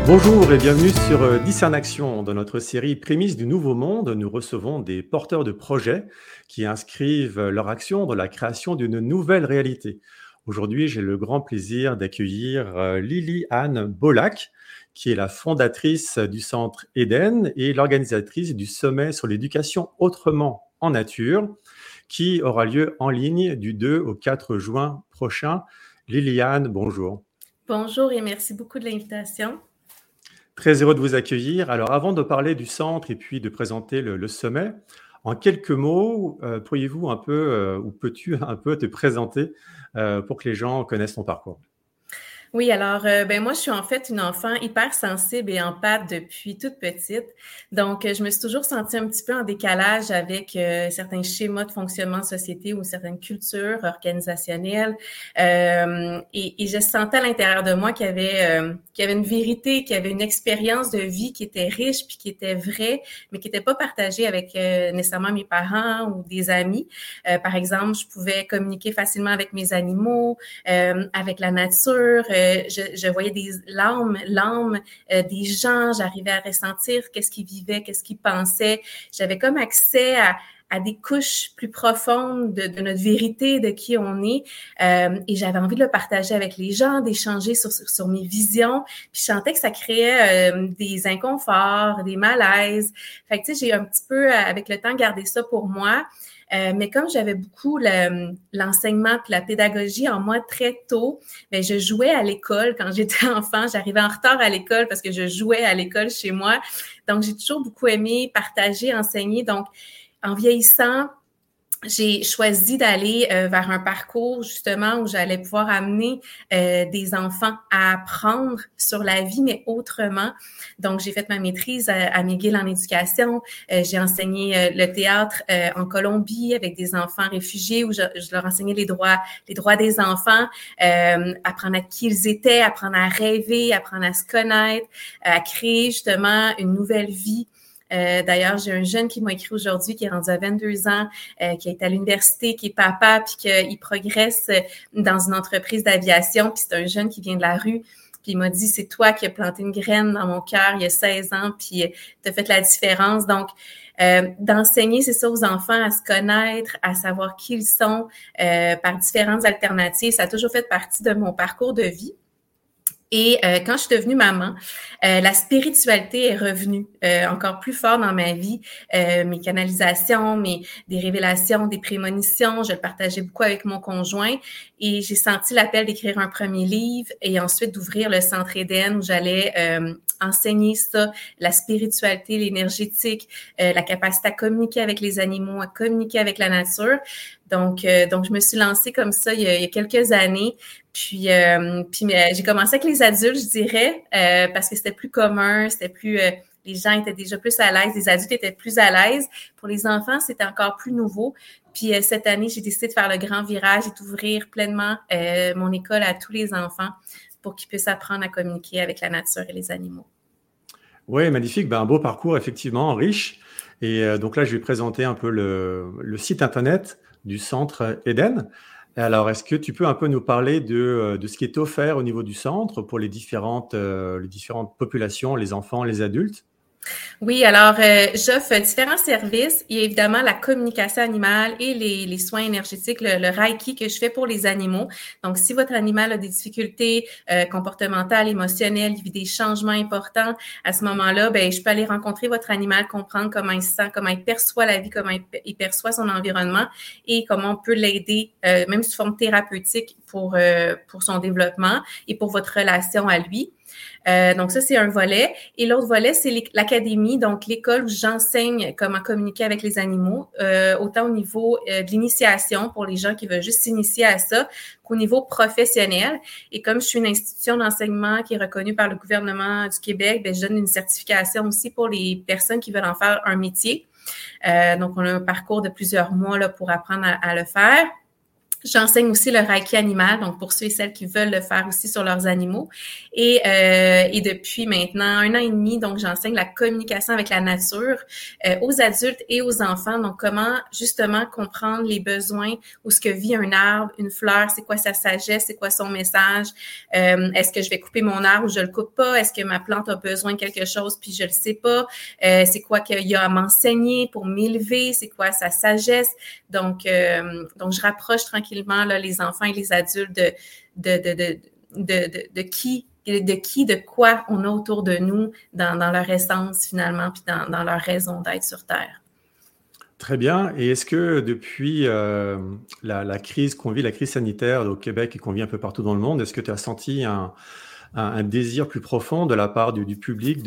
Bonjour et bienvenue sur Discernaction. Dans notre série Prémices du Nouveau Monde, nous recevons des porteurs de projets qui inscrivent leur action dans la création d'une nouvelle réalité. Aujourd'hui, j'ai le grand plaisir d'accueillir Lily-Anne Bollack, qui est la fondatrice du Centre Eden et l'organisatrice du sommet sur l'éducation autrement en nature, qui aura lieu en ligne du 2 au 4 juin prochain. Lily-Anne, bonjour. Bonjour et merci beaucoup de l'invitation. Très heureux de vous accueillir. Alors, avant de parler du centre et puis de présenter le sommet, en quelques mots, pourriez-vous un peu, ou peux-tu un peu te présenter pour que les gens connaissent ton parcours? Oui, alors, moi, je suis en fait une enfant hypersensible et empathe depuis toute petite. Donc, je me suis toujours sentie un petit peu en décalage avec certains schémas de fonctionnement de société ou certaines cultures organisationnelles. Et je sentais à l'intérieur de moi qu'il y avait une vérité, qu'il y avait une expérience de vie qui était riche puis qui était vraie, mais qui n'était pas partagée avec nécessairement mes parents ou des amis. Par exemple, je pouvais communiquer facilement avec mes animaux, avec la nature. Je voyais l'âme des gens, j'arrivais à ressentir qu'est-ce qu'ils vivaient, qu'est-ce qu'ils pensaient. J'avais comme accès à des couches plus profondes de notre vérité, de qui on est. Et j'avais envie de le partager avec les gens, d'échanger sur mes visions. Puis je sentais que ça créait des inconforts, des malaises. Fait que tu sais, j'ai un petit peu, avec le temps, gardé ça pour moi. Mais comme j'avais beaucoup l'enseignement puis la pédagogie en moi très tôt, ben je jouais à l'école quand j'étais enfant. J'arrivais en retard à l'école parce que je jouais à l'école chez moi. Donc, j'ai toujours beaucoup aimé partager, enseigner. Donc, en vieillissant, j'ai choisi d'aller vers un parcours justement où j'allais pouvoir amener des enfants à apprendre sur la vie, mais autrement. Donc, j'ai fait ma maîtrise à McGill en éducation. J'ai enseigné le théâtre en Colombie avec des enfants réfugiés où je leur enseignais les droits des enfants, apprendre à qui ils étaient, apprendre à rêver, apprendre à se connaître, à créer justement une nouvelle vie. D'ailleurs, j'ai un jeune qui m'a écrit aujourd'hui, qui est rendu à 22 ans, qui est à l'université, qui est papa, puis qu'il progresse dans une entreprise d'aviation. Puis c'est un jeune qui vient de la rue. Puis il m'a dit, c'est toi qui as planté une graine dans mon cœur il y a 16 ans, puis t'as fait la différence. Donc, d'enseigner, c'est ça, aux enfants à se connaître, à savoir qui ils sont par différentes alternatives. Ça a toujours fait partie de mon parcours de vie. Et quand je suis devenue maman, la spiritualité est revenue encore plus fort dans ma vie. Mes canalisations, des révélations, des prémonitions, je le partageais beaucoup avec mon conjoint. Et j'ai senti l'appel d'écrire un premier livre et ensuite d'ouvrir le Centre Eden où j'allais enseigner ça, la spiritualité, l'énergétique, la capacité à communiquer avec les animaux, à communiquer avec la nature. Donc je me suis lancée comme ça il y a quelques années. Puis j'ai commencé avec les adultes, je dirais, parce que c'était plus commun, c'était plus les gens étaient déjà plus à l'aise, les adultes étaient plus à l'aise. Pour les enfants, c'était encore plus nouveau. Puis cette année, j'ai décidé de faire le grand virage et d'ouvrir pleinement mon école à tous les enfants pour qu'ils puissent apprendre à communiquer avec la nature et les animaux. Oui, magnifique. Ben, un beau parcours, effectivement, riche. Et donc là, je vais présenter un peu le site internet du Centre Eden. Alors, est-ce que tu peux un peu nous parler de ce qui est offert au niveau du centre pour les différentes populations, les enfants, les adultes? Oui, alors j'offre différents services. Il y a évidemment la communication animale et les soins énergétiques, le Reiki que je fais pour les animaux. Donc, si votre animal a des difficultés comportementales, émotionnelles, il vit des changements importants, à ce moment-là, ben je peux aller rencontrer votre animal, comprendre comment il se sent, comment il perçoit la vie, comment il perçoit son environnement et comment on peut l'aider, même sous forme thérapeutique pour son développement et pour votre relation à lui. Donc ça, c'est un volet. Et l'autre volet, c'est l'académie, donc l'école où j'enseigne comment communiquer avec les animaux, autant au niveau de l'initiation pour les gens qui veulent juste s'initier à ça, qu'au niveau professionnel. Et comme je suis une institution d'enseignement qui est reconnue par le gouvernement du Québec, ben, je donne une certification aussi pour les personnes qui veulent en faire un métier. Donc, on a un parcours de plusieurs mois là, pour apprendre à le faire. J'enseigne aussi le Reiki animal, donc pour ceux et celles qui veulent le faire aussi sur leurs animaux. Et depuis maintenant 1 an et demi, donc j'enseigne la communication avec la nature aux adultes et aux enfants. Donc comment justement comprendre les besoins ou ce que vit un arbre, une fleur, c'est quoi sa sagesse, c'est quoi son message. Est-ce que je vais couper mon arbre ou je le coupe pas? Est-ce que ma plante a besoin de quelque chose puis je le sais pas? C'est quoi qu'il y a à m'enseigner pour m'élever? C'est quoi sa sagesse? Donc je rapproche tranquillement là, les enfants et les adultes de quoi on a autour de nous dans leur essence finalement, puis dans leur raison d'être sur Terre. Très bien. Et est-ce que depuis la crise qu'on vit, la crise sanitaire au Québec et qu'on vit un peu partout dans le monde, est-ce que tu as senti un désir plus profond de la part du public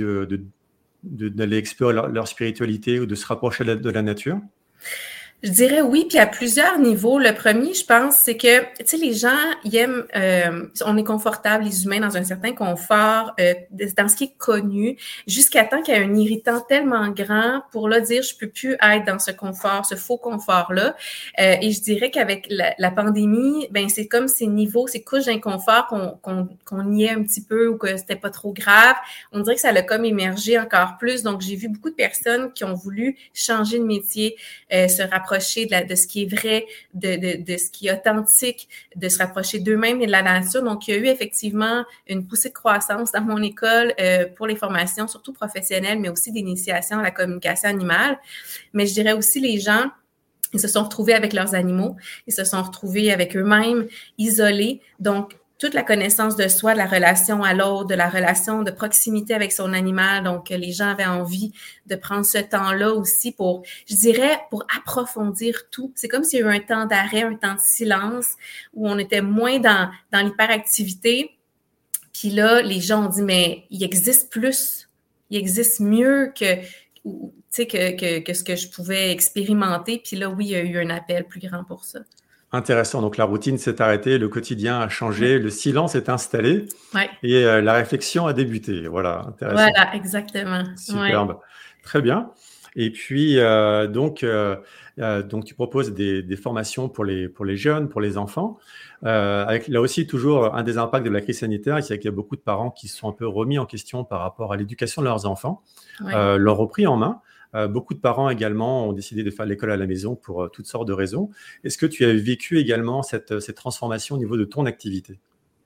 d'aller explorer leur spiritualité ou de se rapprocher de la nature? Je dirais oui, puis à plusieurs niveaux. Le premier, je pense, c'est que, tu sais, les gens, ils aiment, on est confortable, les humains, dans un certain confort, dans ce qui est connu, jusqu'à temps qu'il y ait un irritant tellement grand pour là dire, je peux plus être dans ce confort, ce faux confort-là. Et je dirais qu'avec la pandémie, ben c'est comme ces niveaux, ces couches d'inconfort qu'on niait un petit peu ou que c'était pas trop grave. On dirait que ça a comme émergé encore plus. Donc, j'ai vu beaucoup de personnes qui ont voulu changer de métier, se rapprocher de ce qui est vrai, de ce qui est authentique, de se rapprocher d'eux-mêmes et de la nature. Donc, il y a eu effectivement une poussée de croissance dans mon école pour les formations, surtout professionnelles, mais aussi d'initiation à la communication animale. Mais je dirais aussi les gens, ils se sont retrouvés avec leurs animaux, ils se sont retrouvés avec eux-mêmes, isolés. Donc, toute la connaissance de soi, de la relation à l'autre, de la relation de proximité avec son animal. Donc, les gens avaient envie de prendre ce temps-là aussi pour, je dirais, pour approfondir tout. C'est comme s'il y a eu un temps d'arrêt, un temps de silence où on était moins dans l'hyperactivité. Puis là, les gens ont dit, mais il existe plus, il existe mieux que ce que je pouvais expérimenter. Puis là, oui, il y a eu un appel plus grand pour ça. Intéressant. Donc, la routine s'est arrêtée, le quotidien a changé, le silence est installé et la réflexion a débuté. Voilà, intéressant. Voilà, exactement. Superbe. Ouais. Très bien. Et puis, donc, tu proposes des formations pour les jeunes, pour les enfants. Avec là aussi, toujours un des impacts de la crise sanitaire, c'est qu'il y a beaucoup de parents qui se sont un peu remis en question par rapport à l'éducation de leurs enfants, l'ont repris en main. Beaucoup de parents également ont décidé de faire l'école à la maison pour toutes sortes de raisons. Est-ce que tu as vécu également cette transformation au niveau de ton activité?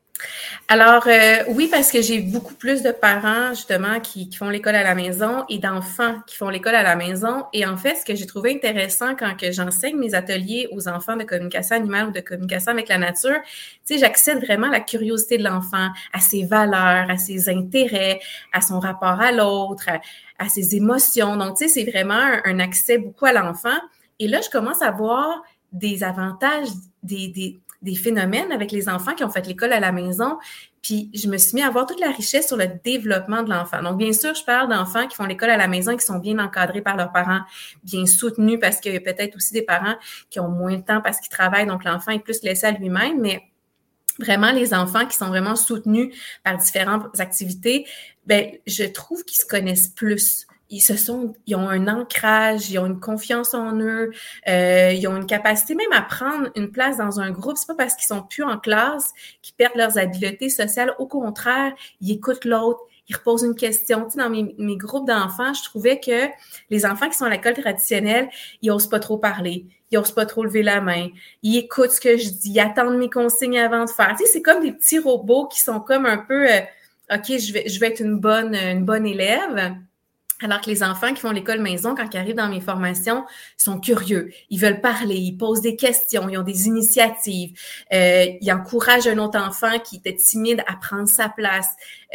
Alors, oui, parce que j'ai beaucoup plus de parents, justement, qui font l'école à la maison et d'enfants qui font l'école à la maison. Et en fait, ce que j'ai trouvé intéressant quand que j'enseigne mes ateliers aux enfants de communication animale ou de communication avec la nature, tu sais, j'accède vraiment à la curiosité de l'enfant, à ses valeurs, à ses intérêts, à son rapport à l'autre, à ses émotions. Donc, tu sais, c'est vraiment un accès beaucoup à l'enfant. Et là, je commence à voir des avantages, des phénomènes avec les enfants qui ont fait l'école à la maison. Puis, je me suis mis à voir toute la richesse sur le développement de l'enfant. Donc, bien sûr, je parle d'enfants qui font l'école à la maison et qui sont bien encadrés par leurs parents, bien soutenus parce qu'il y a peut-être aussi des parents qui ont moins de temps parce qu'ils travaillent. Donc, l'enfant est plus laissé à lui-même. Mais vraiment, les enfants qui sont vraiment soutenus par différentes activités, ben, je trouve qu'ils se connaissent plus. Ils ont un ancrage, ils ont une confiance en eux, ils ont une capacité même à prendre une place dans un groupe. C'est pas parce qu'ils sont plus en classe qu'ils perdent leurs habiletés sociales. Au contraire, ils écoutent l'autre, ils reposent une question. Tu sais, dans mes groupes d'enfants, je trouvais que les enfants qui sont à l'école traditionnelle, ils osent pas trop parler, ils osent pas trop lever la main, ils écoutent ce que je dis, ils attendent mes consignes avant de faire. Tu sais, c'est comme des petits robots qui sont comme un peu, OK, je vais être une bonne élève. Alors que les enfants qui font l'école maison, quand ils arrivent dans mes formations, sont curieux. Ils veulent parler, ils posent des questions, ils ont des initiatives. Ils encouragent un autre enfant qui était timide à prendre sa place.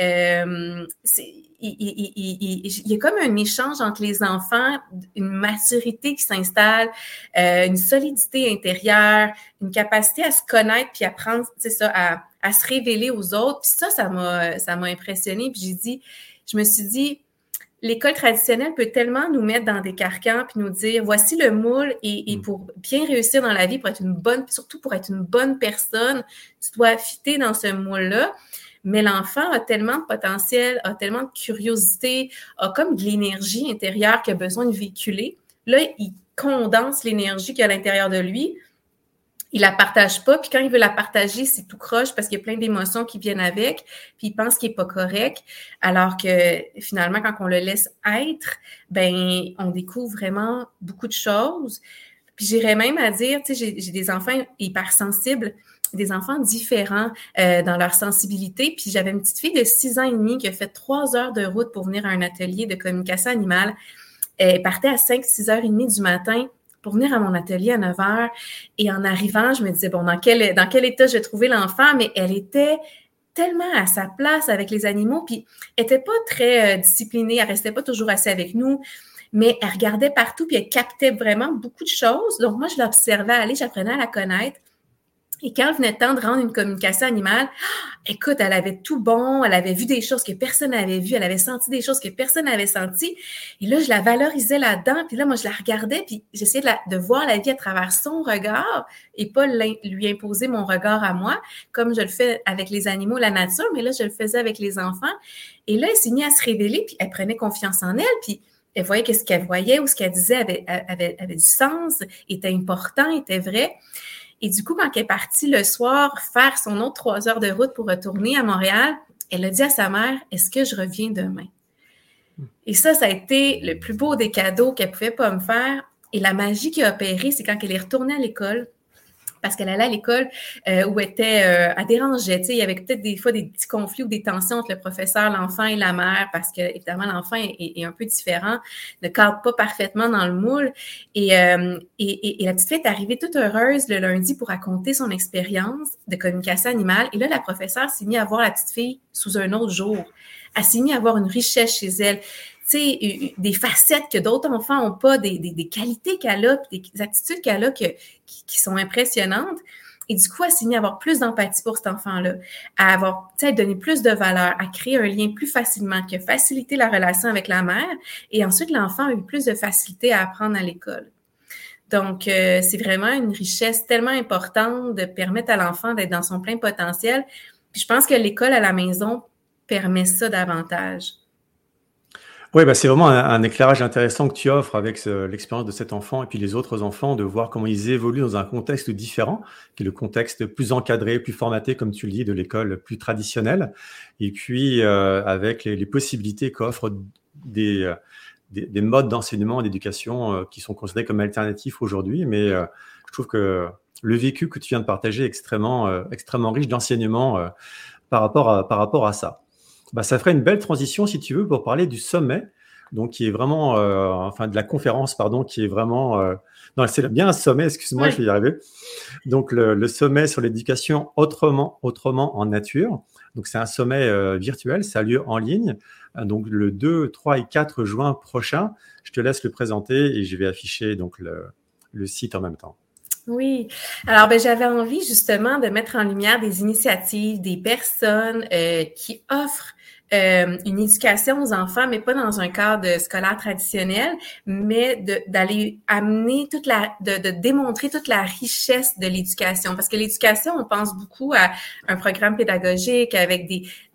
Il y a comme un échange entre les enfants, une maturité qui s'installe, une solidité intérieure, une capacité à se connaître puis à prendre, c'est ça, à se révéler aux autres. Puis ça m'a impressionnée. Puis je me suis dit, l'école traditionnelle peut tellement nous mettre dans des carcans puis nous dire, voici le moule et pour bien réussir dans la vie, surtout pour être une bonne personne, tu dois fitter dans ce moule-là. Mais l'enfant a tellement de potentiel, a tellement de curiosité, a comme de l'énergie intérieure qu'il a besoin de véhiculer. Là, il condense l'énergie qu'il y a à l'intérieur de lui. il la partage pas, puis quand il veut la partager, c'est tout croche parce qu'il y a plein d'émotions qui viennent avec, puis il pense qu'il est pas correct, alors que finalement, quand on le laisse être, ben on découvre vraiment beaucoup de choses. Puis j'irais même à dire, tu sais, j'ai des enfants hypersensibles, des enfants différents dans leur sensibilité, puis j'avais une petite fille de 6 ans et demi qui a fait 3 heures de route pour venir à un atelier de communication animale. Elle partait à 5-6 heures et demie du matin pour venir à mon atelier à 9 heures. Et en arrivant, je me disais, bon, dans quel état je vais trouver l'enfant? Mais elle était tellement à sa place avec les animaux, puis elle était pas très disciplinée, elle restait pas toujours assise avec nous, mais elle regardait partout, puis elle captait vraiment beaucoup de choses. Donc moi, je l'observais aller, j'apprenais à la connaître. Et quand il venait le temps de rendre une communication animale, écoute, elle avait tout bon, elle avait vu des choses que personne n'avait vues, elle avait senti des choses que personne n'avait senties. Et là, je la valorisais là-dedans, puis là, moi, je la regardais, puis j'essayais de voir la vie à travers son regard et pas lui imposer mon regard à moi, comme je le fais avec les animaux, la nature, mais là, je le faisais avec les enfants. Et là, elle s'est mise à se révéler, puis elle prenait confiance en elle, puis elle voyait que ce qu'elle voyait ou ce qu'elle disait avait du sens, était important, était vrai. Et du coup, quand elle est partie le soir faire son autre 3 heures de route pour retourner à Montréal, elle a dit à sa mère, « Est-ce que je reviens demain? » Et ça a été le plus beau des cadeaux qu'elle pouvait pas me faire. Et la magie qui a opéré, c'est quand elle est retournée à l'école, parce qu'elle allait à l'école où elle dérangeait. Tu sais, il y avait peut-être des fois des petits conflits ou des tensions entre le professeur, l'enfant et la mère, parce que évidemment l'enfant est un peu différent, ne cadre pas parfaitement dans le moule. Et la petite fille est arrivée toute heureuse le lundi pour raconter son expérience de communication animale. Et là, la professeure s'est mise à voir la petite fille sous un autre jour. Elle s'est mise à avoir une richesse chez elle. Tu sais, des facettes que d'autres enfants n'ont pas, des qualités qu'elle a, des attitudes qu'elle a qui sont impressionnantes. Et du coup, elle s'est mise à avoir plus d'empathie pour cet enfant-là, à avoir, tu sais, donner plus de valeur, à créer un lien plus facilement, qui a facilité la relation avec la mère. Et ensuite, l'enfant a eu plus de facilité à apprendre à l'école. Donc, c'est vraiment une richesse tellement importante de permettre à l'enfant d'être dans son plein potentiel. Puis je pense que l'école à la maison permet ça davantage. Oui, bah, c'est vraiment un éclairage intéressant que tu offres avec l'expérience de cet enfant et puis les autres enfants, de voir comment ils évoluent dans un contexte différent, qui est le contexte plus encadré, plus formaté, comme tu le dis, de l'école plus traditionnelle, et puis avec les possibilités qu'offrent des modes d'enseignement et d'éducation qui sont considérés comme alternatifs aujourd'hui. Mais je trouve que le vécu que tu viens de partager est extrêmement riche d'enseignements par rapport à ça. Bah, ça ferait une belle transition, si tu veux, pour parler du sommet, donc qui est vraiment, enfin de la conférence, pardon, qui est vraiment, non, c'est bien un sommet, excuse-moi, Oui. je vais y arriver. Donc le sommet sur l'éducation autrement en nature. Donc c'est un sommet virtuel, ça a lieu en ligne, donc le 2, 3 et 4 juin prochain. Je te laisse le présenter et je vais afficher donc le site en même temps. Oui. Alors, j'avais envie justement de mettre en lumière des initiatives, des personnes qui offrent une éducation aux enfants, mais pas dans un cadre scolaire traditionnel, mais d'aller amener de démontrer toute la richesse de l'éducation. Parce que l'éducation, on pense beaucoup à un programme pédagogique avec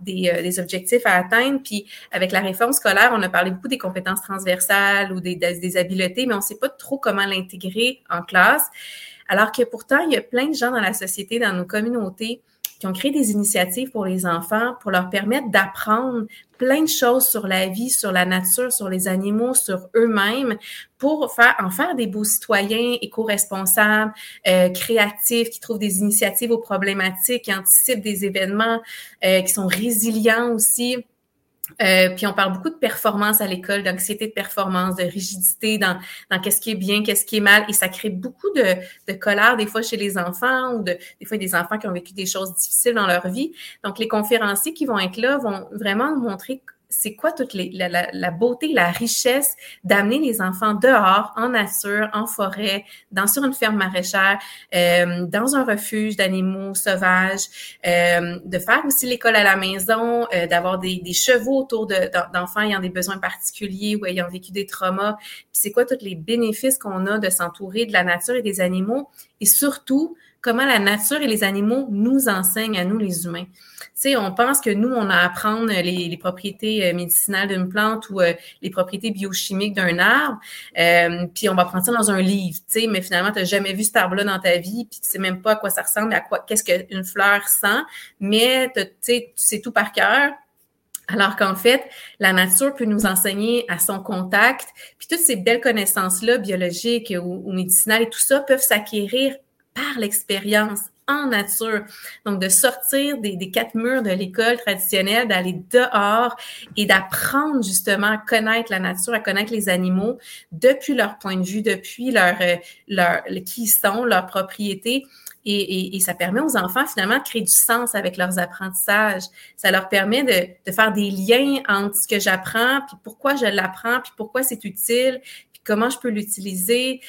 des objectifs à atteindre. Puis avec la réforme scolaire, on a parlé beaucoup des compétences transversales ou des habiletés, mais on ne sait pas trop comment l'intégrer en classe. Alors que pourtant, il y a plein de gens dans la société, dans nos communautés, qui ont créé des initiatives pour les enfants, pour leur permettre d'apprendre plein de choses sur la vie, sur la nature, sur les animaux, sur eux-mêmes, pour en faire des beaux citoyens éco-responsables, créatifs, qui trouvent des initiatives aux problématiques, qui anticipent des événements, qui sont résilients aussi. Puis on parle beaucoup de performance à l'école, d'anxiété de performance, de rigidité dans qu'est-ce qui est bien, qu'est-ce qui est mal, et ça crée beaucoup de colère des fois chez les enfants ou des fois des enfants qui ont vécu des choses difficiles dans leur vie. Donc les conférenciers qui vont être là vont vraiment nous montrer c'est quoi toute la beauté, la richesse d'amener les enfants dehors, en nature, en forêt, sur une ferme maraîchère, dans un refuge d'animaux sauvages, de faire aussi l'école à la maison, d'avoir des chevaux autour d'enfants ayant des besoins particuliers ou ayant vécu des traumas. Puis c'est quoi tous les bénéfices qu'on a de s'entourer de la nature et des animaux, et surtout comment la nature et les animaux nous enseignent à nous, les humains. Tu sais, on pense que nous, on a à apprendre les propriétés médicinales d'une plante ou les propriétés biochimiques d'un arbre, puis on va apprendre ça dans un livre, tu sais, mais finalement, tu n'as jamais vu cet arbre-là dans ta vie, puis tu sais même pas à quoi ça ressemble, qu'est-ce qu'une fleur sent, mais tu sais tout par cœur. Alors qu'en fait, la nature peut nous enseigner à son contact, puis toutes ces belles connaissances-là, biologiques ou médicinales et tout ça, peuvent s'acquérir par l'expérience en nature. Donc, de sortir des quatre murs de l'école traditionnelle, d'aller dehors et d'apprendre justement à connaître la nature, à connaître les animaux depuis leur point de vue, depuis qui ils sont, leurs propriétés. Et ça permet aux enfants, finalement, de créer du sens avec leurs apprentissages. Ça leur permet de faire des liens entre ce que j'apprends, puis pourquoi je l'apprends, puis pourquoi c'est utile, puis comment je peux l'utiliser.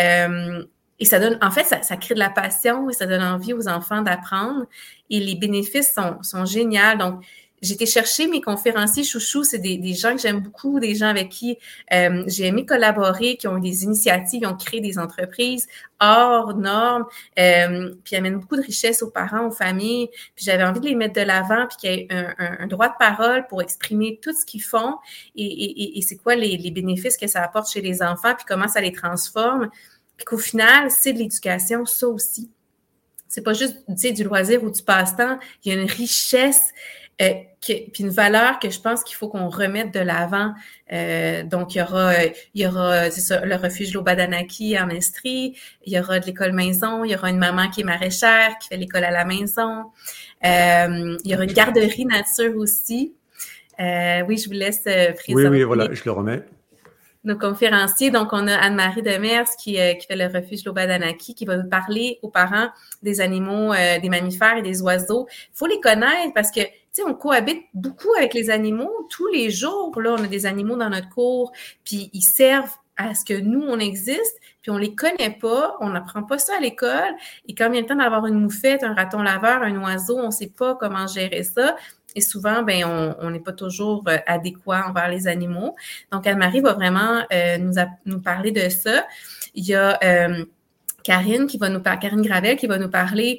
Et ça donne, en fait, ça crée de la passion et ça donne envie aux enfants d'apprendre. Et les bénéfices sont géniaux. Donc, j'ai été chercher mes conférenciers chouchous, c'est des gens que j'aime beaucoup, des gens avec qui j'ai aimé collaborer, qui ont eu des initiatives, qui ont créé des entreprises hors normes, puis amènent beaucoup de richesse aux parents, aux familles. Puis j'avais envie de les mettre de l'avant, puis qu'il y ait un droit de parole pour exprimer tout ce qu'ils font et c'est quoi les bénéfices que ça apporte chez les enfants, puis comment ça les transforme. Puis qu'au final, c'est de l'éducation, ça aussi. C'est pas juste, tu sais, du loisir ou du passe-temps. Il y a une richesse puis une valeur que je pense qu'il faut qu'on remette de l'avant. Donc, il y aura c'est ça, le refuge Lobadanaki en Estrie, il y aura de l'école maison, il y aura une maman qui est maraîchère, qui fait l'école à la maison. Il y aura une garderie nature aussi. Oui, je vous laisse présenter. Oui, voilà, je le remets. Nos conférenciers. Donc, on a Anne-Marie Demers qui fait le refuge Lobadanaki, qui va nous parler aux parents des animaux, des mammifères et des oiseaux. Il faut les connaître parce que, tu sais, on cohabite beaucoup avec les animaux. Tous les jours, là, on a des animaux dans notre cour, puis ils servent à ce que nous, on existe, puis on les connaît pas, on n'apprend pas ça à l'école. Et quand vient le temps d'avoir une moufette, un raton laveur, un oiseau, on sait pas comment gérer ça. Et souvent, on n'est pas toujours adéquat envers les animaux. Donc, Anne-Marie va vraiment nous parler de ça. Il y a Karine Gravel qui va nous parler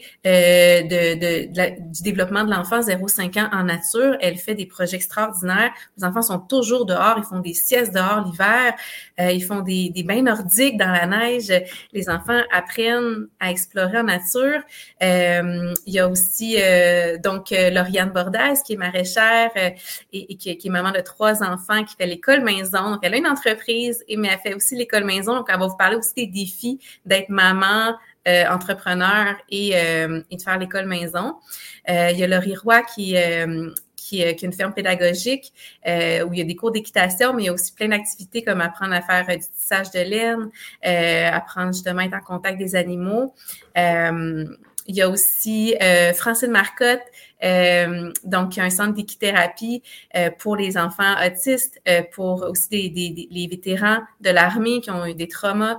du développement de l'enfant 0-5 ans en nature. Elle fait des projets extraordinaires. Les enfants sont toujours dehors, ils font des siestes dehors l'hiver, ils font des bains nordiques dans la neige. Les enfants apprennent à explorer en nature. Il y a aussi Lauriane Bordas qui est maraîchère et qui est maman de 3 enfants, qui fait l'école maison. Donc, elle a une entreprise, mais elle fait aussi l'école maison. Donc, elle va vous parler aussi des défis d'être maman, entrepreneur et de faire l'école maison. Il y a Laurie Roy qui a une ferme pédagogique où il y a des cours d'équitation, mais il y a aussi plein d'activités comme apprendre à faire du tissage de laine, apprendre justement à être en contact des animaux. Il y a aussi Francine Marcotte, donc un centre d'équithérapie pour les enfants autistes, pour aussi les vétérans de l'armée qui ont eu des traumas,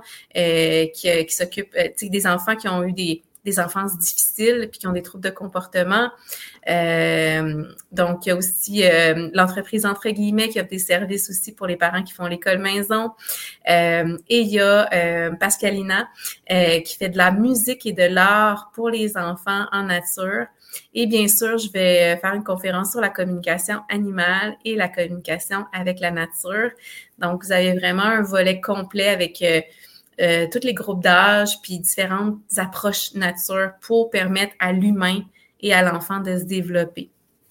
qui s'occupent des enfants qui ont eu des enfances difficiles puis qui ont des troubles de comportement. Donc, il y a aussi l'entreprise entre guillemets qui offre des services aussi pour les parents qui font l'école maison. Et il y a Pascalina qui fait de la musique et de l'art pour les enfants en nature. Et bien sûr, je vais faire une conférence sur la communication animale et la communication avec la nature. Donc, vous avez vraiment un volet complet avec tous les groupes d'âge puis différentes approches nature pour permettre à l'humain et à l'enfant de se développer.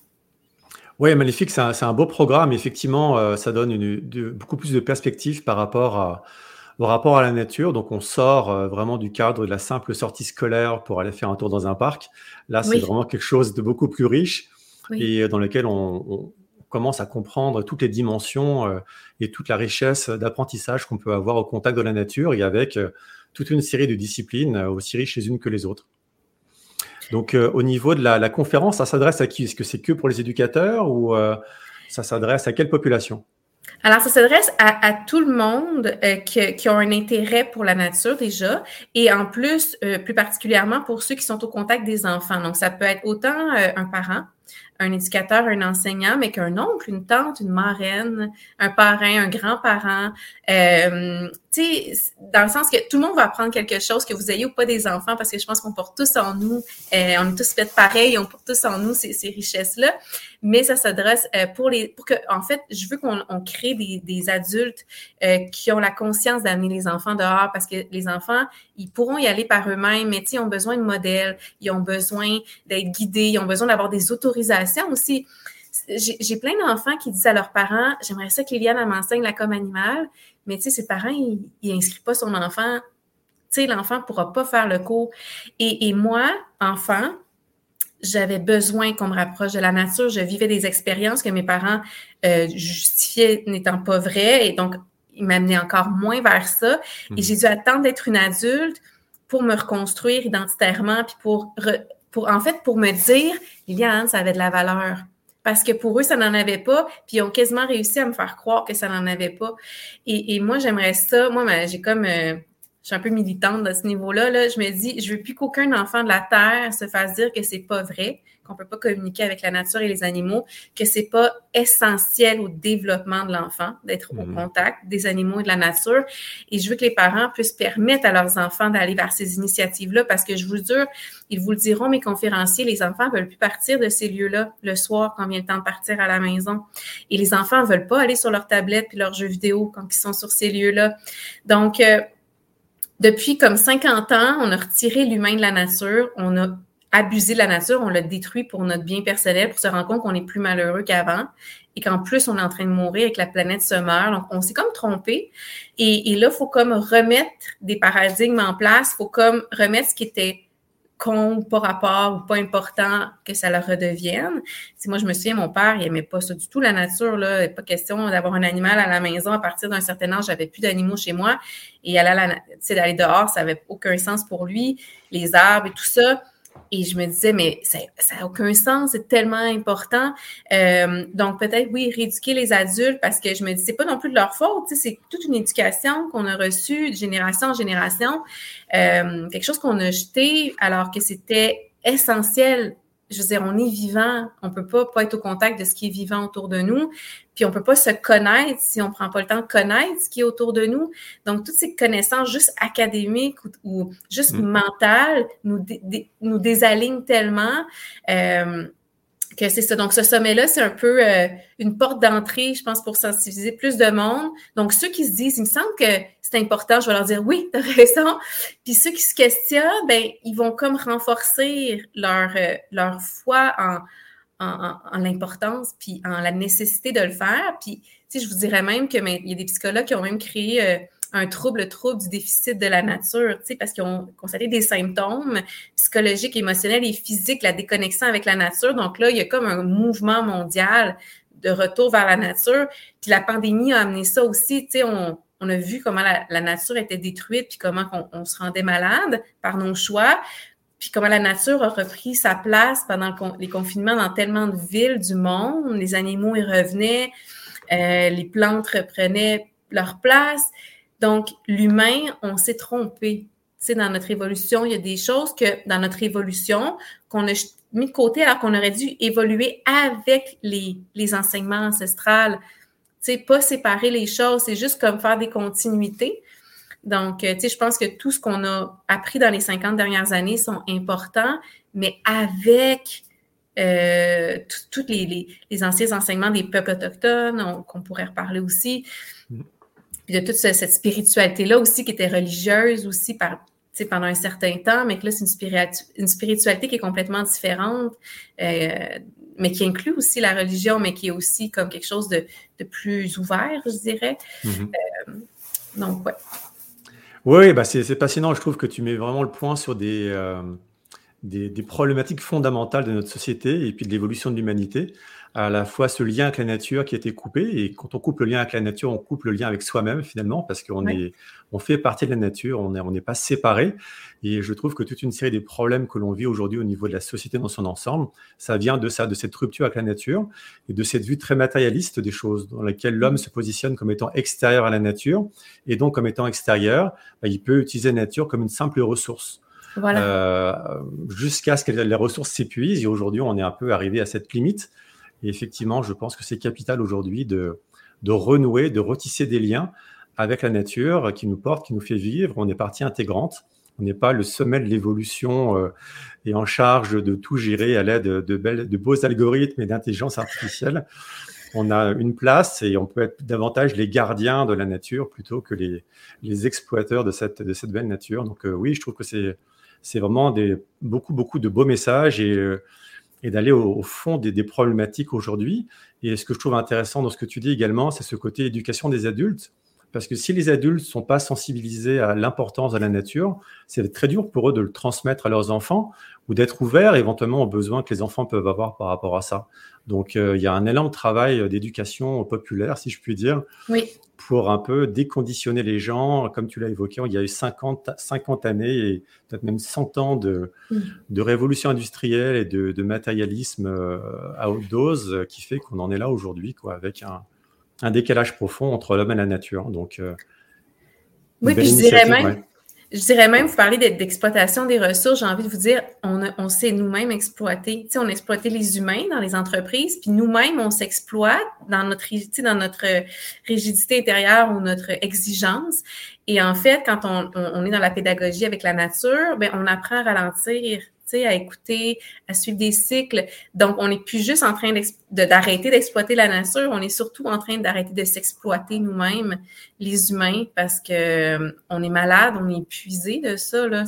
Oui, magnifique, c'est un beau programme. Effectivement, ça donne beaucoup plus de perspectives par rapport à la nature. Donc, on sort vraiment du cadre de la simple sortie scolaire pour aller faire un tour dans un parc. Là, c'est vraiment quelque chose de beaucoup plus riche et dans lequel on commence à comprendre toutes les dimensions et toute la richesse d'apprentissage qu'on peut avoir au contact de la nature et avec toute une série de disciplines aussi riches les unes que les autres. Donc, au niveau de la conférence, ça s'adresse à qui? Est-ce que c'est que pour les éducateurs ou ça s'adresse à quelle population? Alors, ça s'adresse à tout le monde qui ont un intérêt pour la nature déjà et en plus, plus particulièrement pour ceux qui sont au contact des enfants. Donc, ça peut être autant un parent un éducateur, un enseignant, mais qu'un oncle, une tante, une marraine, un parrain, un grand-parent, tu sais, dans le sens que tout le monde va apprendre quelque chose, que vous ayez ou pas des enfants, parce que je pense qu'on porte tous en nous, on est tous faits pareil, on porte tous en nous ces richesses-là, mais ça s'adresse pour que, en fait, je veux qu'on crée des adultes qui ont la conscience d'amener les enfants dehors, parce que les enfants, ils pourront y aller par eux-mêmes, mais tu sais, ils ont besoin de modèles, ils ont besoin d'être guidés, ils ont besoin d'avoir des autorisations aussi. J'ai plein d'enfants qui disent à leurs parents, j'aimerais ça qu'Eliane m'enseigne la com animale, mais tu sais, ses parents, ils inscrivent pas son enfant. Tu sais, l'enfant pourra pas faire le cours. Et moi, enfant, j'avais besoin qu'on me rapproche de la nature. Je vivais des expériences que mes parents justifiaient n'étant pas vraies. Et donc, ils m'amenaient encore moins vers ça. Et j'ai dû attendre d'être une adulte pour me reconstruire identitairement, puis pour me dire, Liliane, ça avait de la valeur. Parce que pour eux, ça n'en avait pas, puis ils ont quasiment réussi à me faire croire que ça n'en avait pas. Et moi, j'aimerais ça. Moi, j'ai comme... je suis un peu militante à ce niveau-là. Là. Je me dis, je veux plus qu'aucun enfant de la Terre se fasse dire que c'est pas vrai, qu'on peut pas communiquer avec la nature et les animaux, que c'est pas essentiel au développement de l'enfant d'être au contact des animaux et de la nature. Et je veux que les parents puissent permettre à leurs enfants d'aller vers ces initiatives-là, parce que je vous jure, ils vous le diront, mes conférenciers, les enfants veulent plus partir de ces lieux-là le soir quand vient le temps de partir à la maison. Et les enfants veulent pas aller sur leur tablette puis leurs jeux vidéo quand ils sont sur ces lieux-là. Donc, depuis comme 50 ans, on a retiré l'humain de la nature, on a abusé de la nature, on l'a détruit pour notre bien personnel, pour se rendre compte qu'on est plus malheureux qu'avant et qu'en plus, on est en train de mourir et que la planète se meurt. Donc, on s'est comme trompé. Et là, il faut comme remettre des paradigmes en place, il faut comme remettre ce qui était con, pas rapport ou pas important, que ça le redevienne. Si moi, je me souviens, mon père, il aimait pas ça du tout, la nature, là. Il n'est pas question d'avoir un animal à la maison. À partir d'un certain âge, j'avais plus d'animaux chez moi. Et d'aller dehors, ça avait aucun sens pour lui. Les arbres et tout ça. Et je me disais, mais ça n'a aucun sens, c'est tellement important. Donc, peut-être, oui, rééduquer les adultes, parce que je me dis, c'est pas non plus de leur faute, tu sais, c'est toute une éducation qu'on a reçue de génération en génération, quelque chose qu'on a jeté alors que c'était essentiel. Je veux dire, on est vivant, on peut pas être au contact de ce qui est vivant autour de nous, puis on peut pas se connaître si on prend pas le temps de connaître ce qui est autour de nous. Donc, toutes ces connaissances juste académiques ou juste mentales nous désalignent tellement que c'est ça. Donc, ce sommet-là, c'est un peu une porte d'entrée, je pense, pour sensibiliser plus de monde. Donc, ceux qui se disent, il me semble que c'est important, je vais leur dire, oui, t'as raison. Puis ceux qui se questionnent, ben, ils vont comme renforcer leur foi en l'importance puis en la nécessité de le faire. Puis, tu sais, je vous dirais même que il y a des psychologues qui ont même créé le trouble du déficit de la nature, tu sais, parce qu'ils ont constaté des symptômes psychologiques, émotionnels et physiques, la déconnexion avec la nature. Donc là, il y a comme un mouvement mondial de retour vers la nature. Puis la pandémie a amené ça aussi, tu sais, on a vu comment la nature était détruite puis comment on se rendait malade par nos choix. Puis comment la nature a repris sa place pendant les confinements dans tellement de villes du monde. Les animaux y revenaient, les plantes reprenaient leur place. Donc, l'humain, on s'est trompé. Tu sais, dans notre évolution, il y a des choses que dans notre évolution qu'on a mis de côté alors qu'on aurait dû évoluer avec les enseignements ancestrales. Tu sais, pas séparer les choses, c'est juste comme faire des continuités. Donc, tu sais, je pense que tout ce qu'on a appris dans les 50 dernières années sont importants, mais avec tous les anciens enseignements des peuples autochtones, qu'on pourrait reparler aussi, puis de toute cette spiritualité-là aussi qui était religieuse aussi pendant un certain temps, mais que là, c'est une spiritualité qui est complètement différente, mais qui inclut aussi la religion, mais qui est aussi comme quelque chose de plus ouvert, je dirais. Donc, ouais. Oui, bah c'est passionnant. Je trouve que tu mets vraiment le point sur des problématiques fondamentales de notre société et puis de l'évolution de l'humanité. À la fois ce lien avec la nature qui a été coupé, et quand on coupe le lien avec la nature, on coupe le lien avec soi-même finalement, parce qu'on on fait partie de la nature, on n'est pas séparés. Et je trouve que toute une série des problèmes que l'on vit aujourd'hui au niveau de la société dans son ensemble, ça vient de ça, de cette rupture avec la nature et de cette vue très matérialiste des choses, dans laquelle l'homme se positionne comme étant extérieur à la nature, et donc comme étant extérieur, il peut utiliser la nature comme une simple ressource. Voilà. jusqu'à ce que les ressources s'épuisent. Et aujourd'hui, on est un peu arrivé à cette limite. Et effectivement, je pense que c'est capital aujourd'hui de renouer, de retisser des liens avec la nature qui nous porte, qui nous fait vivre. On est partie intégrante. On n'est pas le sommet de l'évolution et en charge de tout gérer à l'aide de beaux algorithmes et d'intelligence artificielle. On a une place et on peut être davantage les gardiens de la nature plutôt que les exploiteurs de cette belle nature. Donc oui, je trouve que c'est vraiment beaucoup de beaux messages et d'aller au fond des problématiques aujourd'hui. Et ce que je trouve intéressant dans ce que tu dis également, c'est ce côté éducation des adultes. Parce que si les adultes ne sont pas sensibilisés à l'importance de la nature, c'est très dur pour eux de le transmettre à leurs enfants ou d'être ouverts éventuellement aux besoins que les enfants peuvent avoir par rapport à ça. Donc, il y a un élan de travail d'éducation populaire, si je puis dire, Oui. pour un peu déconditionner les gens. Comme tu l'as évoqué, il y a eu 50 années et peut-être même 100 ans de révolution industrielle et de matérialisme à haute dose qui fait qu'on en est là aujourd'hui, quoi, avec un décalage profond entre l'homme et la nature. Donc, oui, puis je dirais même, vous parlez d'exploitation des ressources, j'ai envie de vous dire, on s'est nous-mêmes exploité. Tu sais, on a exploité les humains dans les entreprises, puis nous-mêmes, on s'exploite dans notre rigidité intérieure ou notre exigence. Et en fait, quand on est dans la pédagogie avec la nature, ben on apprend à ralentir, à écouter, à suivre des cycles. Donc, on n'est plus juste en train d'arrêter d'exploiter la nature, on est surtout en train d'arrêter de s'exploiter nous-mêmes, les humains, parce que on est malade, on est épuisé de ça, là.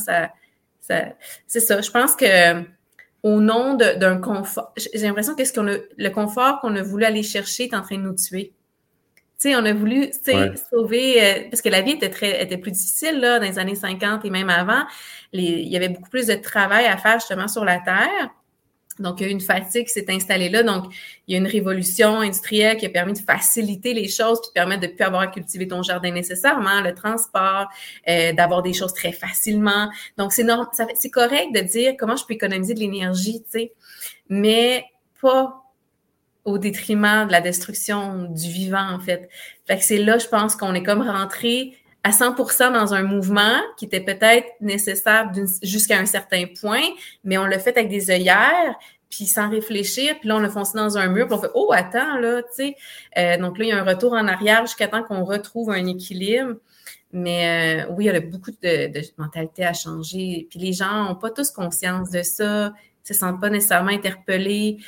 C'est ça. Je pense que au nom d'un confort, j'ai l'impression que le confort qu'on a voulu aller chercher est en train de nous tuer. Tu sais, on a voulu sauver, parce que la vie était plus difficile là, dans les années 50 et même avant. Il y avait beaucoup plus de travail à faire justement sur la Terre. Donc, il y a eu une fatigue qui s'est installée là. Donc, il y a une révolution industrielle qui a permis de faciliter les choses puis de permettre de ne plus avoir à cultiver ton jardin nécessairement, le transport, d'avoir des choses très facilement. Donc, c'est correct de dire comment je peux économiser de l'énergie, tu sais, mais pas au détriment de la destruction du vivant, en fait. Fait que c'est là, je pense qu'on est comme rentré à 100% dans un mouvement qui était peut-être nécessaire jusqu'à un certain point, mais on l'a fait avec des œillères, puis sans réfléchir, puis là, on a foncé dans un mur, puis on fait « Oh, attends, là, tu sais. » Donc là, il y a un retour en arrière jusqu'à temps qu'on retrouve un équilibre. Mais oui, il y a beaucoup de mentalité à changer. Puis les gens n'ont pas tous conscience de ça, se sentent pas nécessairement interpellés.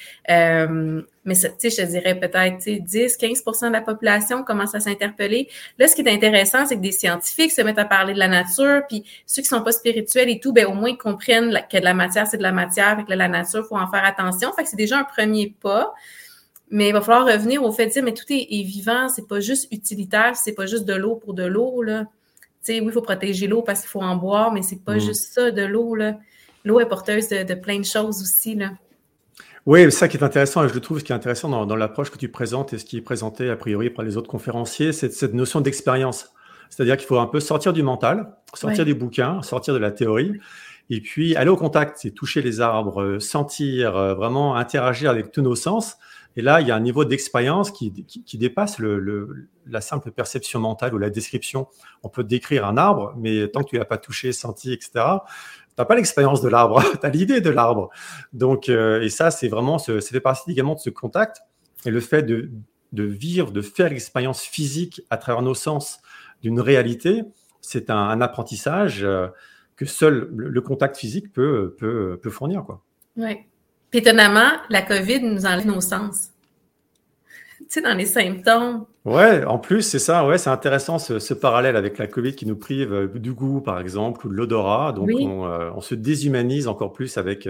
Mais tu sais, je te dirais peut-être 10-15% de la population commence à s'interpeller. Là, ce qui est intéressant, c'est que des scientifiques se mettent à parler de la nature, puis ceux qui sont pas spirituels et tout, ben au moins ils comprennent que de la matière, c'est de la matière, fait que la nature, faut en faire attention. Fait que c'est déjà un premier pas. Mais il va falloir revenir au fait de dire, mais tout est vivant, c'est pas juste utilitaire, c'est pas juste de l'eau pour de l'eau, là. Tu sais, oui, il faut protéger l'eau parce qu'il faut en boire, mais c'est pas juste ça, de l'eau, là. L'eau est porteuse de plein de choses aussi, là. Oui, c'est ça qui est intéressant, et je trouve ce qui est intéressant dans l'approche que tu présentes et ce qui est présenté a priori par les autres conférenciers, c'est cette notion d'expérience. C'est-à-dire qu'il faut un peu sortir du mental, sortir des bouquins, sortir de la théorie, et puis aller au contact, c'est toucher les arbres, sentir, vraiment interagir avec tous nos sens. Et là, il y a un niveau d'expérience qui dépasse la simple perception mentale ou la description. On peut décrire un arbre, mais tant que tu l'as pas touché, senti, etc., tu n'as pas l'expérience de l'arbre, tu as l'idée de l'arbre. Donc, et ça, c'est vraiment, ça fait partie également de ce contact. Et le fait de vivre, de faire l'expérience physique à travers nos sens d'une réalité, c'est un apprentissage que seul le contact physique peut fournir, quoi. Oui. Puis étonnamment, la COVID nous enlève nos sens. Tu sais, dans les symptômes. Ouais, en plus, c'est ça, ouais, c'est intéressant ce parallèle avec la COVID qui nous prive du goût, par exemple, ou de l'odorat. Donc, on se déshumanise encore plus avec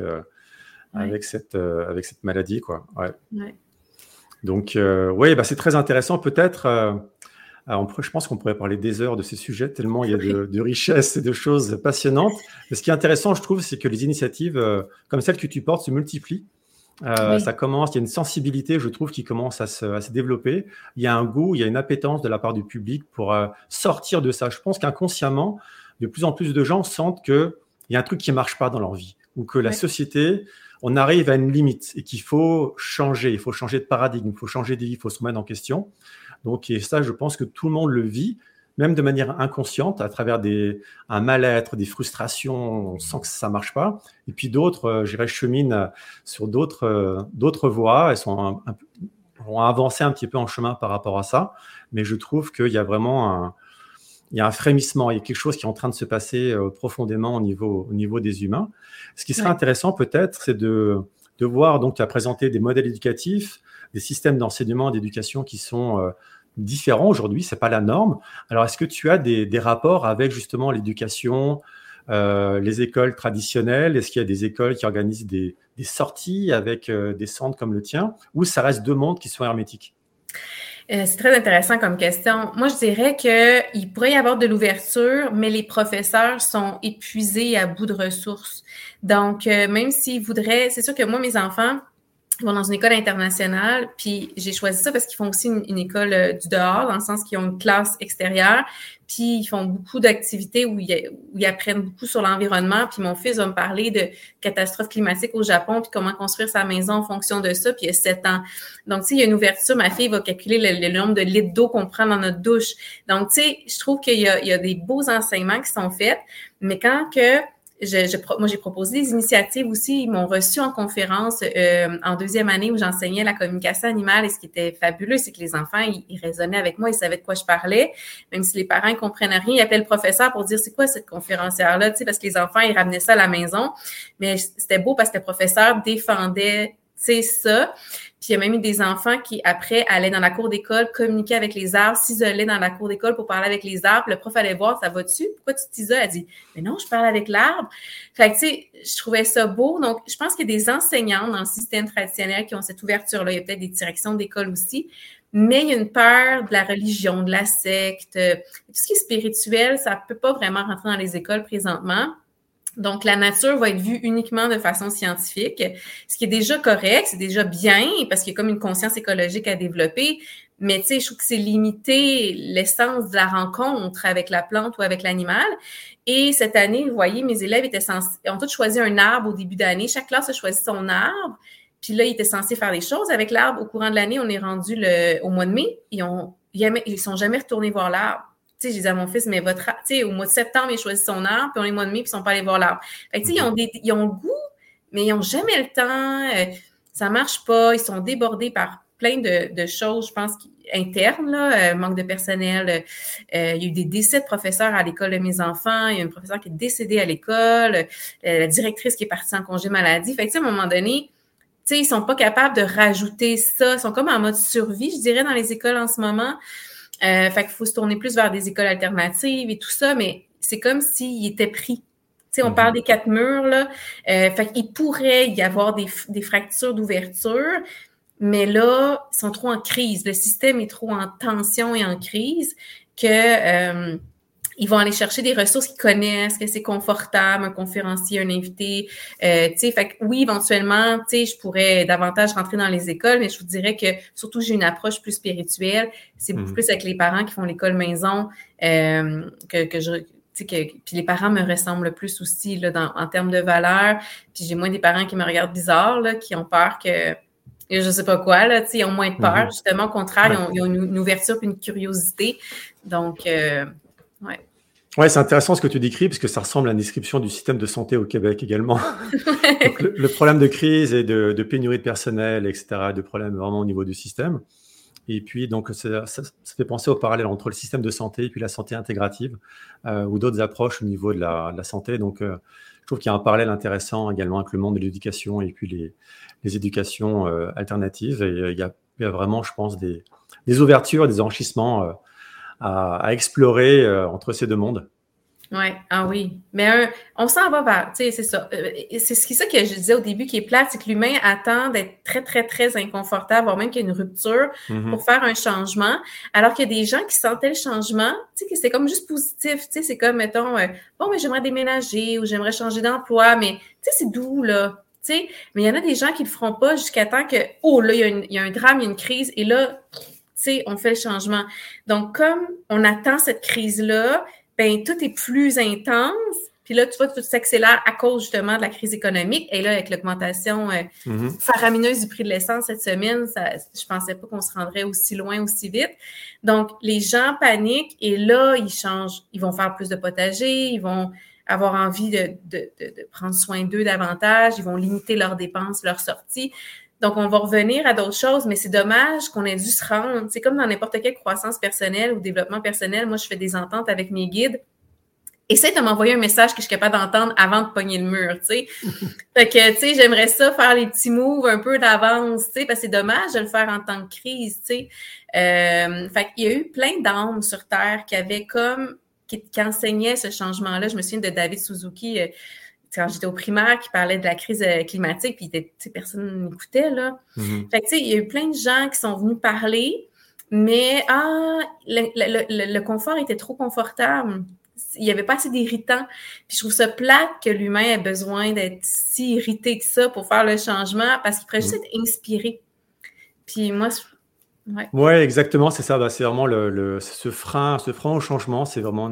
cette maladie, quoi. Ouais. Ouais. Donc, oui, c'est très intéressant. Peut-être, je pense qu'on pourrait parler des heures de ces sujets, tellement il y a de richesses et de choses passionnantes. Mais ce qui est intéressant, je trouve, c'est que les initiatives comme celle que tu portes se multiplient. Ça commence, il y a une sensibilité, je trouve, qui commence à se développer. Il y a un goût, il y a une appétence de la part du public pour sortir de ça. Je pense qu'inconsciemment, de plus en plus de gens sentent qu'il y a un truc qui ne marche pas dans leur vie, ou que la société, on arrive à une limite et qu'il faut changer. Il faut changer de paradigme, il faut changer de vie, il faut se mettre en question. Donc, et ça, je pense que tout le monde le vit, même de manière inconsciente, à travers un mal-être, des frustrations, on sent que ça marche pas. Et puis d'autres, je dirais, cheminent sur d'autres voies. Elles sont vont avancer un petit peu en chemin par rapport à ça. Mais je trouve qu'il y a vraiment il y a un frémissement, il y a quelque chose qui est en train de se passer profondément au niveau des humains. Ce qui serait intéressant peut-être, c'est de voir, donc tu as présenté des modèles éducatifs, des systèmes d'enseignement, d'éducation qui sont différents aujourd'hui, c'est pas la norme. Alors, est-ce que tu as des rapports avec justement l'éducation, les écoles traditionnelles? Est-ce qu'il y a des écoles qui organisent des sorties avec des centres comme le tien, ou ça reste deux mondes qui sont hermétiques? C'est très intéressant comme question. Moi, je dirais qu'il pourrait y avoir de l'ouverture, mais les professeurs sont épuisés à bout de ressources. Donc, même s'ils voudraient, c'est sûr que moi, mes enfants vont dans une école internationale, puis j'ai choisi ça parce qu'ils font aussi une école du dehors, dans le sens qu'ils ont une classe extérieure, puis ils font beaucoup d'activités où ils apprennent beaucoup sur l'environnement, puis mon fils va me parler de catastrophes climatiques au Japon, puis comment construire sa maison en fonction de ça, puis il y a 7 ans. Donc, tu sais, il y a une ouverture, ma fille va calculer le nombre de litres d'eau qu'on prend dans notre douche. Donc, tu sais, je trouve qu'il y a des beaux enseignements qui sont faits, mais quand que moi, j'ai proposé des initiatives aussi. Ils m'ont reçu en conférence en deuxième année où j'enseignais la communication animale. Et ce qui était fabuleux, c'est que les enfants, ils raisonnaient avec moi, ils savaient de quoi je parlais. Même si les parents ne comprennent rien, ils appelaient le professeur pour dire c'est quoi cette conférencière-là, tu sais, parce que les enfants, ils ramenaient ça à la maison. Mais c'était beau parce que le professeur défendait, tu sais, ça. Puis il y a même eu des enfants qui, après, allaient dans la cour d'école, communiquaient avec les arbres, s'isolaient dans la cour d'école pour parler avec les arbres. Le prof allait voir, ça va-tu? Pourquoi tu t'isoles? Elle dit, mais non, je parle avec l'arbre. Fait que, tu sais, je trouvais ça beau. Donc, je pense qu'il y a des enseignants dans le système traditionnel qui ont cette ouverture-là. Il y a peut-être des directions d'école aussi. Mais il y a une peur de la religion, de la secte. Tout ce qui est spirituel, ça peut pas vraiment rentrer dans les écoles présentement. Donc, la nature va être vue uniquement de façon scientifique, ce qui est déjà correct, c'est déjà bien, parce qu'il y a comme une conscience écologique à développer. Mais tu sais, je trouve que c'est limiter l'essence de la rencontre avec la plante ou avec l'animal. Et cette année, vous voyez, mes élèves ont tous choisi un arbre au début d'année. Chaque classe a choisi son arbre. Puis là, ils étaient censés faire des choses avec l'arbre. Au courant de l'année, on est rendu au mois de mai. Ils sont jamais retournés voir l'arbre. Tu sais, j'ai dit à mon fils, mais tu sais, au mois de septembre, il a choisi son arbre, puis on est au mois de mai, puis ils sont pas allés voir l'arbre. Fait que, tu sais, ils ont le goût, mais ils ont jamais le temps. Ça marche pas. Ils sont débordés par plein de choses, je pense, internes, là, manque de personnel. Il y a eu des décès de professeurs à l'école de mes enfants. Il y a une professeure qui est décédée à l'école. La directrice qui est partie en congé maladie. Fait que, tu sais, à un moment donné, tu sais, ils sont pas capables de rajouter ça. Ils sont comme en mode survie, je dirais, dans les écoles en ce moment. Fait qu'il faut se tourner plus vers des écoles alternatives et tout ça, mais c'est comme s'ils étaient pris. Tu sais, on parle des 4 murs, là. Fait qu'il pourrait y avoir des fractures d'ouverture, mais là, ils sont trop en crise. Le système est trop en tension et en crise que ils vont aller chercher des ressources qu'ils connaissent, que c'est confortable, un conférencier, un invité. Tu sais, fait que oui, éventuellement, tu sais, je pourrais davantage rentrer dans les écoles, mais je vous dirais que surtout j'ai une approche plus spirituelle. C'est beaucoup plus avec les parents qui font l'école maison que je. Puis les parents me ressemblent le plus aussi là, en termes de valeurs. Puis j'ai moins des parents qui me regardent bizarre, là, qui ont peur que je sais pas quoi, là, tu sais, ils ont moins de peur. Justement, au contraire, ils ont une ouverture puis une curiosité. Donc, ouais. Ouais, c'est intéressant ce que tu décris, parce que ça ressemble à une description du système de santé au Québec également. Donc, le problème de crise et de pénurie de personnel, etc., de problèmes vraiment au niveau du système. Et puis, donc, ça fait penser au parallèle entre le système de santé et puis la santé intégrative, ou d'autres approches au niveau de la santé. Donc, je trouve qu'il y a un parallèle intéressant également avec le monde de l'éducation et puis les éducations alternatives. Et il y a vraiment, je pense, des ouvertures, des enrichissements à explorer entre ces deux mondes. Ouais, ah oui. Mais on s'en va vers, tu sais, c'est ça. C'est ça que je disais au début qui est plate, c'est que l'humain attend d'être très, très, très inconfortable, voire même qu'il y a une rupture pour faire un changement. Alors qu'il y a des gens qui sentaient le changement, tu sais, que c'est comme juste positif, tu sais, c'est comme, mettons, bon, mais j'aimerais déménager ou j'aimerais changer d'emploi, mais tu sais, c'est doux, là. Tu sais, mais il y en a des gens qui le feront pas jusqu'à temps que, oh, là, il y a un drame, il y a une crise, et là, tu sais, on fait le changement. Donc, comme on attend cette crise-là, ben tout est plus intense, Puis là, tu vois, tout s'accélère à cause justement de la crise économique. Et là, avec l'augmentation faramineuse du prix de l'essence cette semaine, je pensais pas qu'on se rendrait aussi loin, aussi vite. Donc, les gens paniquent et là, ils changent. Ils vont faire plus de potager, ils vont avoir envie de prendre soin d'eux davantage, ils vont limiter leurs dépenses, leurs sorties. Donc, on va revenir à d'autres choses, mais c'est dommage qu'on ait dû se rendre. C'est comme dans n'importe quelle croissance personnelle ou développement personnel. Moi, je fais des ententes avec mes guides. Essaye de m'envoyer un message que je suis capable d'entendre avant de pogner le mur, tu sais. Fait que, tu sais, j'aimerais ça faire les petits moves un peu d'avance, tu sais, parce que c'est dommage de le faire en temps de crise, tu sais. Fait qu'il y a eu plein d'âmes sur Terre qui enseignaient ce changement-là. Je me souviens de David Suzuki, quand j'étais au primaire, qui parlait de la crise climatique, puis personne n'écoutait, là. Fait que, tu sais, il y a eu plein de gens qui sont venus parler, mais le confort était trop confortable. Il n'y avait pas assez d'irritants. Puis je trouve ça plate que l'humain ait besoin d'être si irrité que ça pour faire le changement, parce qu'il pourrait juste être inspiré. Puis moi, Ouais, exactement, c'est ça. Bah, c'est vraiment ce frein au changement, c'est vraiment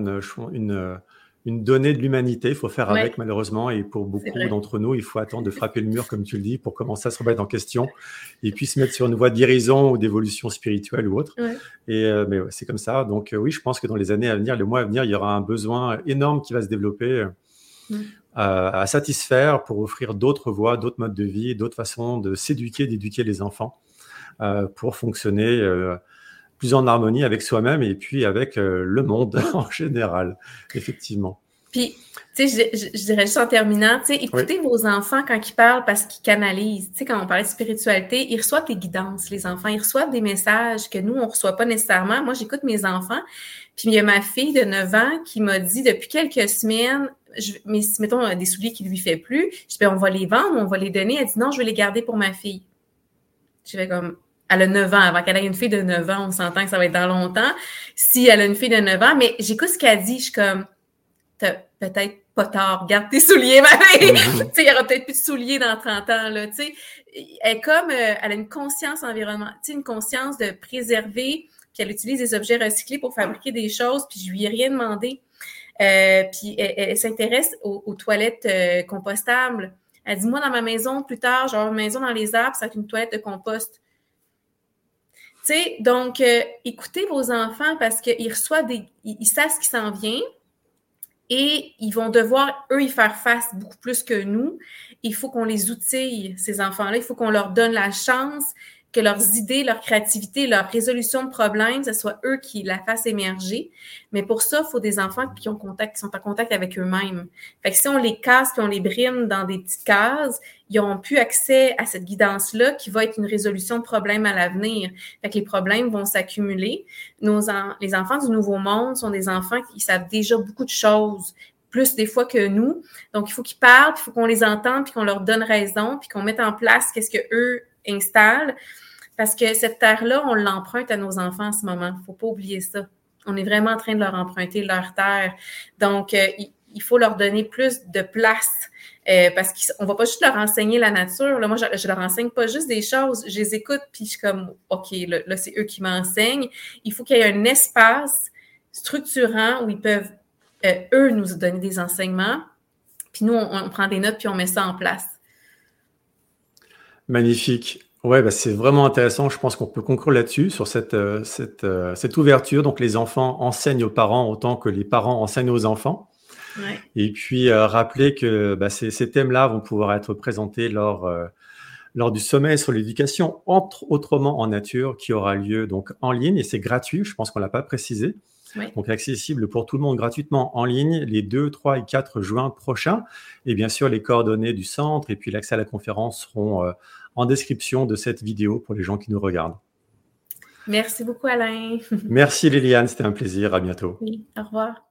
une donnée de l'humanité. Il faut faire avec, malheureusement. Et pour beaucoup d'entre nous, il faut attendre de frapper le mur, comme tu le dis, pour commencer à se remettre en question et puis se mettre sur une voie de guérison ou d'évolution spirituelle ou autre. Mais c'est comme ça. Donc, oui, je pense que dans les années à venir, les mois à venir, il y aura un besoin énorme qui va se développer à satisfaire pour offrir d'autres voies, d'autres modes de vie, d'autres façons de s'éduquer, d'éduquer les enfants pour fonctionner plus en harmonie avec soi-même et puis avec le monde en général, effectivement. Puis, tu sais, je dirais juste en terminant, tu sais, écoutez vos enfants quand ils parlent parce qu'ils canalisent. Tu sais, quand on parlait de spiritualité, ils reçoivent des guidances, les enfants. Ils reçoivent des messages que nous, on reçoit pas nécessairement. Moi, j'écoute mes enfants. Puis, il y a ma fille de 9 ans qui m'a dit depuis quelques semaines, mettons des souliers qui lui fait plus, je dis, ben, on va les vendre, on va les donner. Elle dit, non, je vais les garder pour ma fille. Je vais comme... Elle a 9 ans. Avant qu'elle ait une fille de 9 ans, on s'entend que ça va être dans longtemps. Si elle a une fille de 9 ans, mais j'écoute ce qu'elle dit, je suis comme, t'as peut-être pas tard, garde tes souliers, ma fille. Tu sais, il y aura peut-être plus de souliers dans 30 ans, là, tu sais. Elle a une conscience environnementale, tu sais, une conscience de préserver, puis elle utilise des objets recyclés pour fabriquer des choses, puis je lui ai rien demandé. Puis elle s'intéresse aux toilettes compostables. Elle dit, moi, dans ma maison, plus tard, genre une maison dans les arbres, ça va être une toilette de compost. Tu sais, donc, écoutez vos enfants parce qu'ils reçoivent ils savent ce qui s'en vient et ils vont devoir, eux, y faire face beaucoup plus que nous. Il faut qu'on les outille, ces enfants-là. Il faut qu'on leur donne la chance que leurs idées, leur créativité, leur résolution de problèmes, ce soit eux qui la fassent émerger. Mais pour ça, il faut des enfants qui sont en contact avec eux-mêmes. Fait que si on les casse puis on les brime dans des petites cases, ils n'auront plus accès à cette guidance-là qui va être une résolution de problèmes à l'avenir. Fait que les problèmes vont s'accumuler. Les enfants du Nouveau Monde sont des enfants qui savent déjà beaucoup de choses, plus des fois que nous. Donc, il faut qu'ils parlent, puis il faut qu'on les entende, puis qu'on leur donne raison, puis qu'on mette en place qu'est-ce que eux installent. Parce que cette terre-là, on l'emprunte à nos enfants en ce moment. Faut pas oublier ça. On est vraiment en train de leur emprunter leur terre. Donc, il faut leur donner plus de place parce qu'on va pas juste leur enseigner la nature. Là, moi, je leur enseigne pas juste des choses. Je les écoute puis je suis comme, OK, là c'est eux qui m'enseignent. Il faut qu'il y ait un espace structurant où ils peuvent, eux, nous donner des enseignements. Puis nous, on prend des notes puis on met ça en place. Magnifique. Ouais, bah c'est vraiment intéressant. Je pense qu'on peut conclure là-dessus, sur cette ouverture. Donc, les enfants enseignent aux parents autant que les parents enseignent aux enfants. Ouais. Et puis, rappeler que ces thèmes-là vont pouvoir être présentés lors du sommet sur l'éducation, autrement en nature, qui aura lieu donc en ligne. Et c'est gratuit, je pense qu'on ne l'a pas précisé. Oui. Donc, accessible pour tout le monde gratuitement en ligne les 2, 3 et 4 juin prochains. Et bien sûr, les coordonnées du centre et puis l'accès à la conférence seront en description de cette vidéo pour les gens qui nous regardent. Merci beaucoup, Alain. Merci, Liliane. C'était un plaisir. À bientôt. Oui, au revoir.